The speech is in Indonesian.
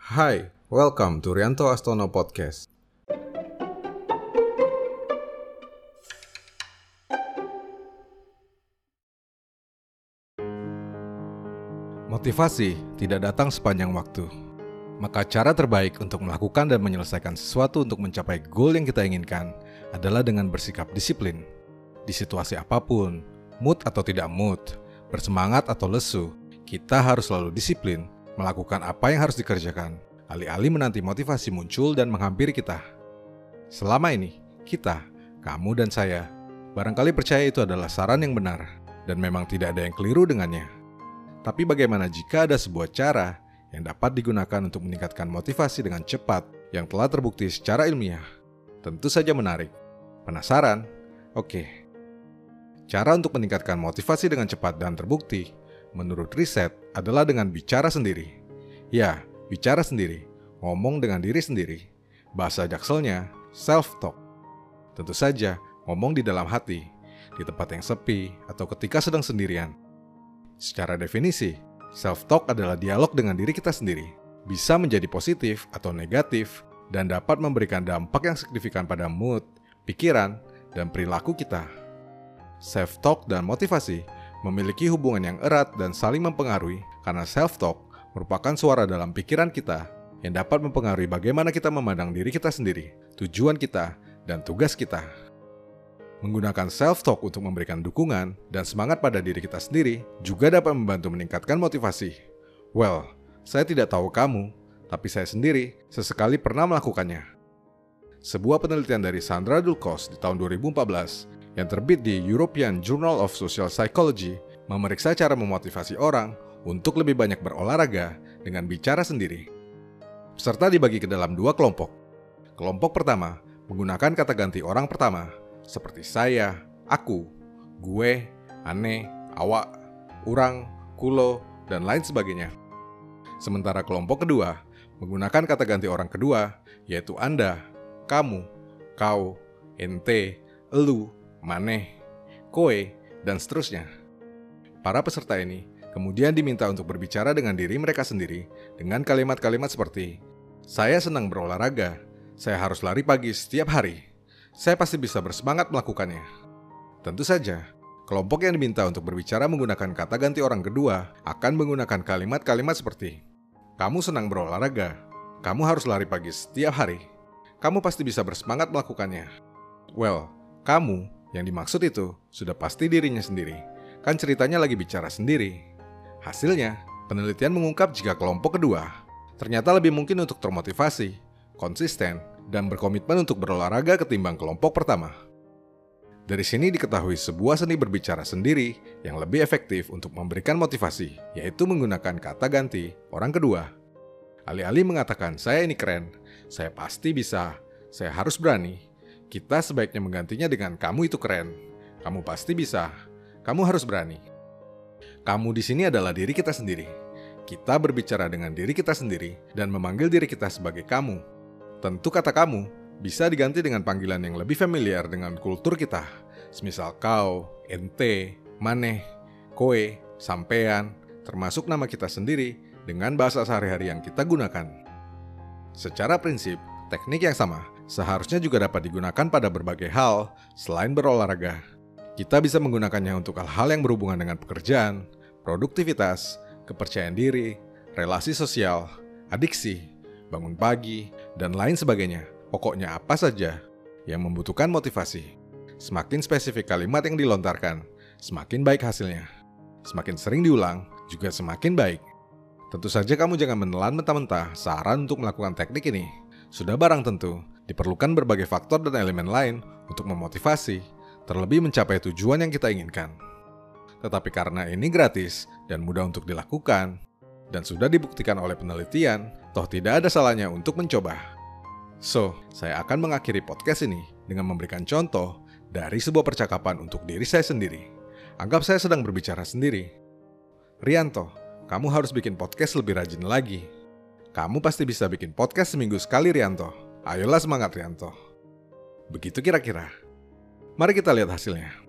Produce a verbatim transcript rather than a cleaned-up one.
Hai, welcome to Rianto Astono Podcast. Motivasi tidak datang sepanjang waktu. Maka cara terbaik untuk melakukan dan menyelesaikan sesuatu untuk mencapai goal yang kita inginkan adalah dengan bersikap disiplin. Di situasi apapun, mood atau tidak mood, bersemangat atau lesu, kita harus selalu disiplin melakukan apa yang harus dikerjakan, alih-alih menanti motivasi muncul dan menghampiri kita. Selama ini, kita, kamu dan saya, barangkali percaya itu adalah saran yang benar, dan memang tidak ada yang keliru dengannya. Tapi bagaimana jika ada sebuah cara yang dapat digunakan untuk meningkatkan motivasi dengan cepat yang telah terbukti secara ilmiah? Tentu saja menarik. Penasaran? Oke. Cara untuk meningkatkan motivasi dengan cepat dan terbukti menurut riset adalah dengan bicara sendiri. Ya, bicara sendiri, ngomong dengan diri sendiri. Bahasa jakselnya, self-talk. Tentu saja, ngomong di dalam hati, di tempat yang sepi, atau ketika sedang sendirian. Secara definisi, self-talk adalah dialog dengan diri kita sendiri. Bisa menjadi positif atau negatif, dan dapat memberikan dampak yang signifikan pada mood, pikiran, dan perilaku kita. Self-talk dan motivasi memiliki hubungan yang erat dan saling mempengaruhi karena self-talk merupakan suara dalam pikiran kita yang dapat mempengaruhi bagaimana kita memandang diri kita sendiri, tujuan kita, dan tugas kita. Menggunakan self-talk untuk memberikan dukungan dan semangat pada diri kita sendiri juga dapat membantu meningkatkan motivasi. Well, saya tidak tahu kamu, tapi saya sendiri sesekali pernah melakukannya. Sebuah penelitian dari Sandra Dulkos di tahun dua ribu empat belas yang terbit di European Journal of Social Psychology memeriksa cara memotivasi orang untuk lebih banyak berolahraga dengan bicara sendiri. Peserta dibagi ke dalam dua kelompok. Kelompok pertama menggunakan kata ganti orang pertama seperti saya, aku, gue, ane, awak, urang, kulo, dan lain sebagainya. Sementara kelompok kedua menggunakan kata ganti orang kedua yaitu Anda, kamu, kau, ente, elu, maneh, koe, dan seterusnya. Para peserta ini kemudian diminta untuk berbicara dengan diri mereka sendiri dengan kalimat-kalimat seperti, saya senang berolahraga, saya harus lari pagi setiap hari, saya pasti bisa bersemangat melakukannya. Tentu saja, kelompok yang diminta untuk berbicara menggunakan kata ganti orang kedua akan menggunakan kalimat-kalimat seperti, kamu senang berolahraga, kamu harus lari pagi setiap hari, kamu pasti bisa bersemangat melakukannya. Well, kamu yang dimaksud itu sudah pasti dirinya sendiri, kan ceritanya lagi bicara sendiri. Hasilnya, penelitian mengungkap jika kelompok kedua ternyata lebih mungkin untuk termotivasi, konsisten, dan berkomitmen untuk berolahraga ketimbang kelompok pertama. Dari sini diketahui sebuah seni berbicara sendiri yang lebih efektif untuk memberikan motivasi, yaitu menggunakan kata ganti orang kedua. Alih-alih mengatakan saya ini keren, saya pasti bisa, saya harus berani, kita sebaiknya menggantinya dengan kamu itu keren, kamu pasti bisa, kamu harus berani. Kamu di sini adalah diri kita sendiri. Kita berbicara dengan diri kita sendiri dan memanggil diri kita sebagai kamu. Tentu kata kamu bisa diganti dengan panggilan yang lebih familiar dengan kultur kita, semisal kau, ente, maneh, koe, sampean, termasuk nama kita sendiri dengan bahasa sehari-hari yang kita gunakan. Secara prinsip, teknik yang sama seharusnya juga dapat digunakan pada berbagai hal selain berolahraga. Kita bisa menggunakannya untuk hal-hal yang berhubungan dengan pekerjaan, produktivitas, kepercayaan diri, relasi sosial, adiksi, bangun pagi, dan lain sebagainya. Pokoknya apa saja yang membutuhkan motivasi. Semakin spesifik kalimat yang dilontarkan, semakin baik hasilnya. Semakin sering diulang, juga semakin baik. Tentu saja kamu jangan menelan mentah-mentah saran untuk melakukan teknik ini. Sudah barang tentu, diperlukan berbagai faktor dan elemen lain untuk memotivasi, terlebih mencapai tujuan yang kita inginkan. Tetapi karena ini gratis dan mudah untuk dilakukan, dan sudah dibuktikan oleh penelitian, toh tidak ada salahnya untuk mencoba. So, saya akan mengakhiri podcast ini dengan memberikan contoh dari sebuah percakapan untuk diri saya sendiri. Anggap saya sedang berbicara sendiri. Rianto, kamu harus bikin podcast lebih rajin lagi. Kamu pasti bisa bikin podcast seminggu sekali, Rianto. Ayolah semangat, Rianto. Begitu kira-kira. Mari kita lihat hasilnya.